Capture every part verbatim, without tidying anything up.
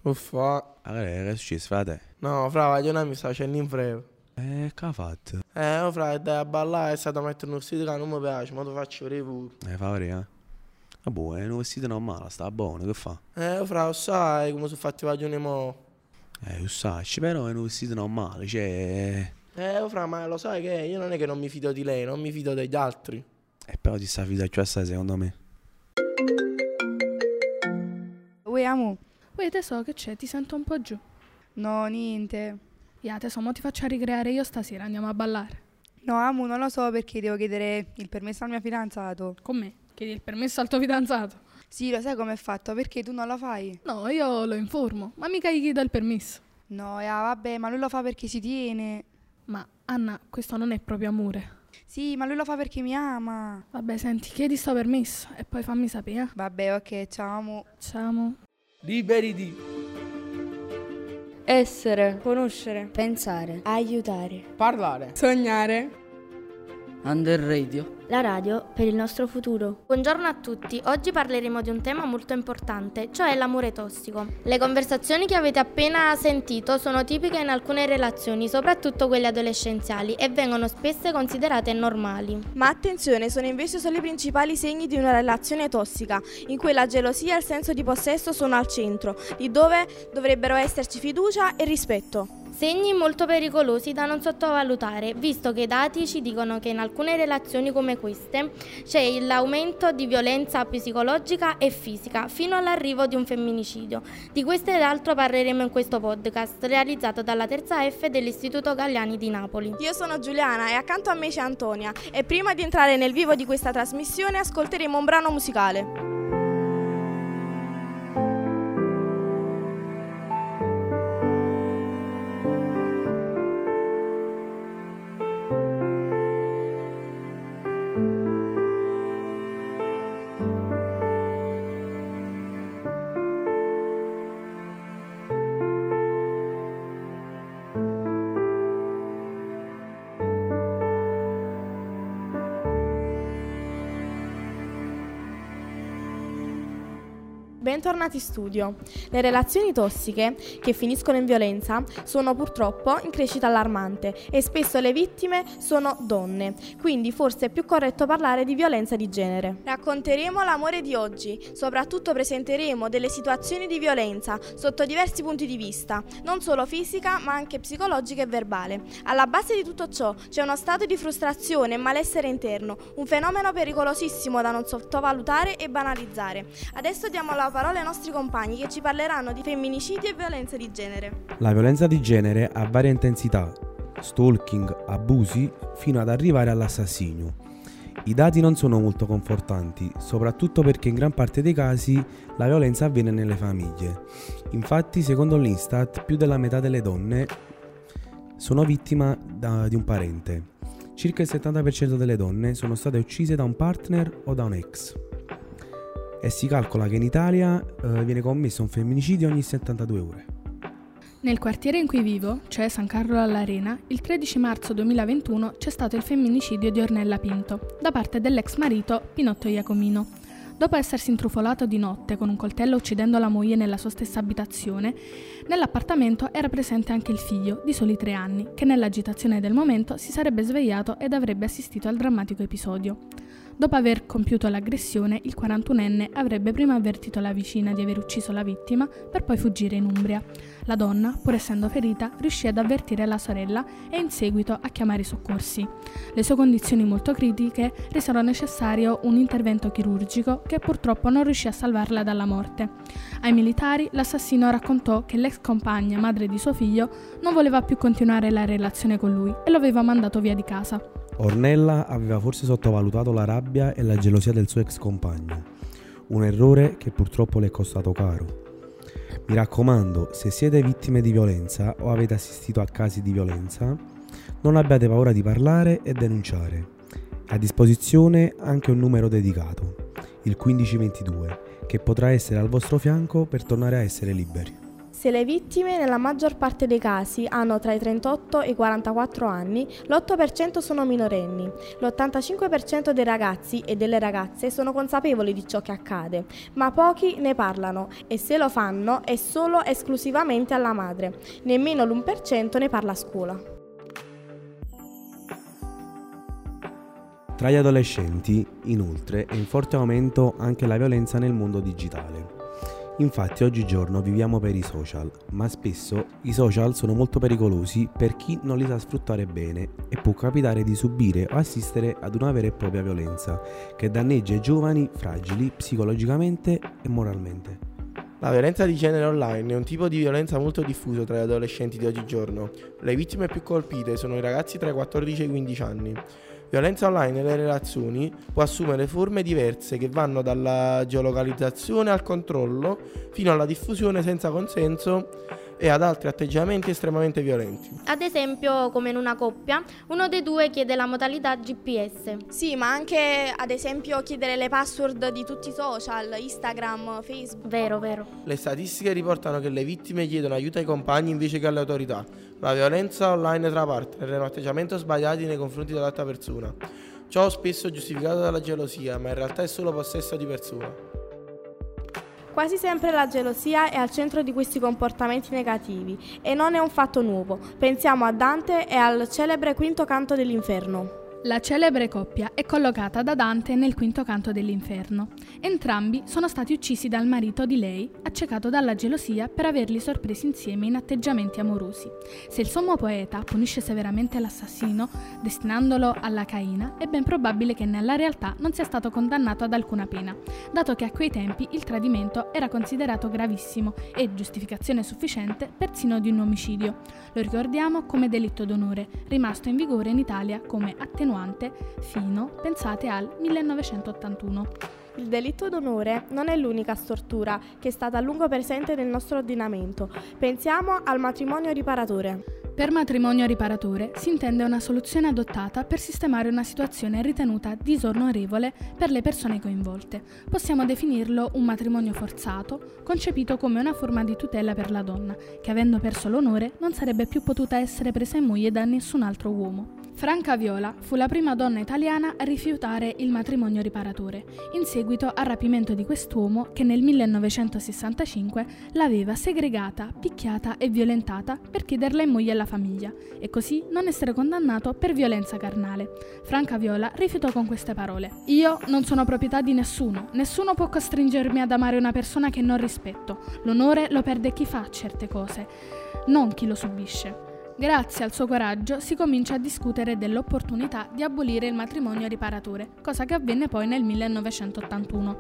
Uffa. Allora, che è successo, frate? No, fra, voglio mi sta facendo in frego. Eh, che ha fatto? Eh, oh, fra, dai a ballare è stato a mettere un vestito che non mi piace, ma lo faccio vedere pure. Eh, fa vedere, eh? Vabbè, è un vestito normale, sta buono, che fa? Eh, oh, fra, lo sai come sono fatti i vaglioni mo. Eh, lo sai, però è un vestito normale, cioè... Eh, oh, fra, ma lo sai che io non è che non mi fido di lei, non mi fido degli altri. Eh, però ti sta fidando più assai, secondo me. Uè, amo. Uè, tesoro, che c'è? Ti sento un po' giù. No, niente. Ya, tesoro, mo ti faccio ricreare io stasera, andiamo a ballare. No, amo, non lo so perché devo chiedere il permesso al mio fidanzato. Con me? Chiedi il permesso al tuo fidanzato? Sì, lo sai com'è fatto? Perché tu non lo fai? No, io lo informo, ma mica gli chiedo il permesso. No, ya, vabbè, ma lui lo fa perché si tiene. Ma, Anna, questo non è proprio amore. Sì, ma lui lo fa perché mi ama. Vabbè, senti, chiedi sto permesso e poi fammi sapere. Eh? Vabbè, ok, ciao, amo. Ciao. Amo. Liberi di essere, conoscere, pensare, aiutare, parlare, sognare. Under Radio. La radio per il nostro futuro. Buongiorno a tutti, oggi parleremo di un tema molto importante, cioè l'amore tossico. Le conversazioni che avete appena sentito sono tipiche in alcune relazioni, soprattutto quelle adolescenziali, e vengono spesso considerate normali. Ma attenzione, sono invece solo i principali segni di una relazione tossica, in cui la gelosia e il senso di possesso sono al centro, lì dove dovrebbero esserci fiducia e rispetto. Segni molto pericolosi da non sottovalutare, visto che i dati ci dicono che in alcune relazioni come queste c'è l'aumento di violenza psicologica e fisica, fino all'arrivo di un femminicidio. Di questo ed altro parleremo in questo podcast, realizzato dalla terza F dell'Istituto Galliani di Napoli. Io sono Giuliana e accanto a me c'è Antonia, e prima di entrare nel vivo di questa trasmissione ascolteremo un brano musicale. Bentornati in studio. Le relazioni tossiche che finiscono in violenza sono purtroppo in crescita allarmante e spesso le vittime sono donne, quindi forse è più corretto parlare di violenza di genere. Racconteremo l'amore di oggi, soprattutto presenteremo delle situazioni di violenza sotto diversi punti di vista, non solo fisica ma anche psicologica e verbale. Alla base di tutto ciò c'è uno stato di frustrazione e malessere interno, un fenomeno pericolosissimo da non sottovalutare e banalizzare. Adesso diamo la parola ai nostri compagni che ci parleranno di femminicidi e violenza di genere. La violenza di genere ha varie intensità, stalking, abusi, fino ad arrivare all'assassinio. I dati non sono molto confortanti, soprattutto perché in gran parte dei casi la violenza avviene nelle famiglie. Infatti, secondo l'Instat, più della metà delle donne sono vittime di un parente. Circa il settanta per cento delle donne sono state uccise da un partner o da un ex. E si calcola che in Italia eh, viene commesso un femminicidio ogni settantadue ore. Nel quartiere in cui vivo, cioè San Carlo all'Arena, il tredici marzo duemilaventuno c'è stato il femminicidio di Ornella Pinto, da parte dell'ex marito Pinotto Iacomino. Dopo essersi intrufolato di notte con un coltello uccidendo la moglie nella sua stessa abitazione, nell'appartamento era presente anche il figlio, di soli tre anni, che nell'agitazione del momento si sarebbe svegliato ed avrebbe assistito al drammatico episodio. Dopo aver compiuto l'aggressione, il quarantunenne avrebbe prima avvertito la vicina di aver ucciso la vittima per poi fuggire in Umbria. La donna, pur essendo ferita, riuscì ad avvertire la sorella e in seguito a chiamare i soccorsi. Le sue condizioni molto critiche resero necessario un intervento chirurgico che purtroppo non riuscì a salvarla dalla morte. Ai militari l'assassino raccontò che l'ex compagna, madre di suo figlio, non voleva più continuare la relazione con lui e lo aveva mandato via di casa. Ornella aveva forse sottovalutato la rabbia e la gelosia del suo ex compagno, un errore che purtroppo le è costato caro. Mi raccomando, se siete vittime di violenza o avete assistito a casi di violenza, non abbiate paura di parlare e denunciare. È a disposizione anche un numero dedicato, il quindici ventidue, che potrà essere al vostro fianco per tornare a essere liberi. Se le vittime nella maggior parte dei casi hanno tra i trentotto e i quarantaquattro anni, l'otto per cento sono minorenni. L'ottantacinque per cento dei ragazzi e delle ragazze sono consapevoli di ciò che accade, ma pochi ne parlano e se lo fanno è solo esclusivamente alla madre. Nemmeno l'uno per cento ne parla a scuola. Tra gli adolescenti, inoltre, è in forte aumento anche la violenza nel mondo digitale. Infatti oggigiorno viviamo per i social, ma spesso i social sono molto pericolosi per chi non li sa sfruttare bene e può capitare di subire o assistere ad una vera e propria violenza che danneggia i giovani fragili psicologicamente e moralmente. La violenza di genere online è un tipo di violenza molto diffuso tra gli adolescenti di oggigiorno. Le vittime più colpite sono i ragazzi tra i quattordici e i quindici anni. Violenza online nelle relazioni può assumere forme diverse che vanno dalla geolocalizzazione al controllo fino alla diffusione senza consenso e ad altri atteggiamenti estremamente violenti. Ad esempio, come in una coppia, uno dei due chiede la modalità G P S. Sì, ma anche ad esempio chiedere le password di tutti i social, Instagram, Facebook. Vero, vero. Le statistiche riportano che le vittime chiedono aiuto ai compagni invece che alle autorità. La violenza online tra partner è un atteggiamento sbagliato nei confronti dell'altra persona. Ciò spesso è giustificato dalla gelosia, ma in realtà è solo possesso di persona. Quasi sempre la gelosia è al centro di questi comportamenti negativi e non è un fatto nuovo. Pensiamo a Dante e al celebre quinto canto dell'inferno. La celebre coppia è collocata da Dante nel quinto canto dell'inferno. Entrambi sono stati uccisi dal marito di lei, accecato dalla gelosia per averli sorpresi insieme in atteggiamenti amorosi. Se il sommo poeta punisce severamente l'assassino, destinandolo alla Caina, è ben probabile che nella realtà non sia stato condannato ad alcuna pena, dato che a quei tempi il tradimento era considerato gravissimo e giustificazione sufficiente persino di un omicidio. Lo ricordiamo come delitto d'onore, rimasto in vigore in Italia come attenuante fino, pensate, al millenovecentottantuno. Il delitto d'onore non è l'unica stortura che è stata a lungo presente nel nostro ordinamento. Pensiamo al matrimonio riparatore. Per matrimonio riparatore si intende una soluzione adottata per sistemare una situazione ritenuta disonorevole per le persone coinvolte. Possiamo definirlo un matrimonio forzato, concepito come una forma di tutela per la donna, che avendo perso l'onore non sarebbe più potuta essere presa in moglie da nessun altro uomo. Franca Viola fu la prima donna italiana a rifiutare il matrimonio riparatore, in seguito al rapimento di quest'uomo che nel millenovecentosessantacinque l'aveva segregata, picchiata e violentata per chiederla in moglie alla famiglia e così non essere condannato per violenza carnale. Franca Viola rifiutò con queste parole: "Io non sono proprietà di nessuno, nessuno può costringermi ad amare una persona che non rispetto. L'onore lo perde chi fa certe cose, non chi lo subisce." Grazie al suo coraggio si comincia a discutere dell'opportunità di abolire il matrimonio riparatore, cosa che avvenne poi nel millenovecentottantuno.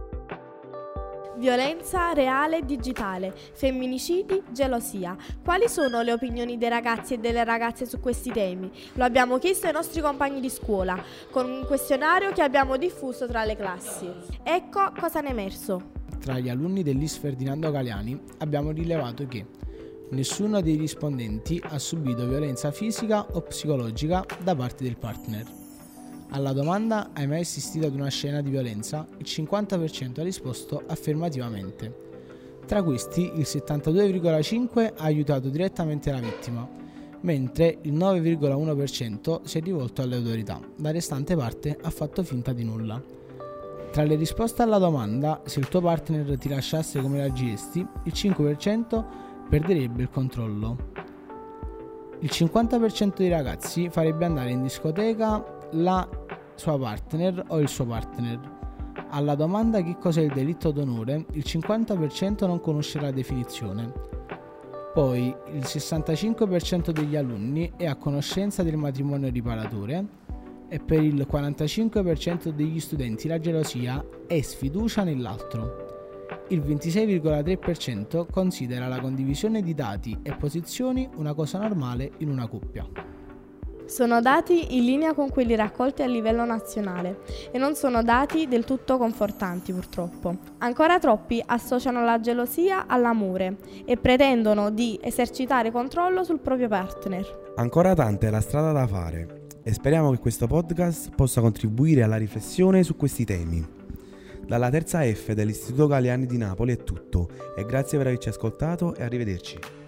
Violenza reale e digitale, femminicidi, gelosia. Quali sono le opinioni dei ragazzi e delle ragazze su questi temi? Lo abbiamo chiesto ai nostri compagni di scuola, con un questionario che abbiamo diffuso tra le classi. Ecco cosa ne è emerso. Tra gli alunni dell'I S Ferdinando Galeani abbiamo rilevato che nessuno dei rispondenti ha subito violenza fisica o psicologica da parte del partner. Alla domanda "hai mai assistito ad una scena di violenza?" il cinquanta per cento ha risposto affermativamente. Tra questi il settantadue virgola cinque per cento ha aiutato direttamente la vittima, mentre il nove virgola uno per cento si è rivolto alle autorità, la restante parte ha fatto finta di nulla. Tra le risposte alla domanda "se il tuo partner ti lasciasse come reagiresti?" il cinque per cento perderebbe il controllo. Il cinquanta per cento dei ragazzi farebbe andare in discoteca la sua partner o il suo partner. Alla domanda "che cos'è il delitto d'onore?" il cinquanta per cento non conosce la definizione. Poi il sessantacinque per cento degli alunni è a conoscenza del matrimonio riparatore e per il quarantacinque per cento degli studenti la gelosia è sfiducia nell'altro. Il ventisei virgola tre per cento considera la condivisione di dati e posizioni una cosa normale in una coppia. Sono dati in linea con quelli raccolti a livello nazionale e non sono dati del tutto confortanti, purtroppo. Ancora troppi associano la gelosia all'amore e pretendono di esercitare controllo sul proprio partner. Ancora tanta è la strada da fare e speriamo che questo podcast possa contribuire alla riflessione su questi temi. Dalla terza F dell'Istituto Galeani di Napoli è tutto e grazie per averci ascoltato e arrivederci.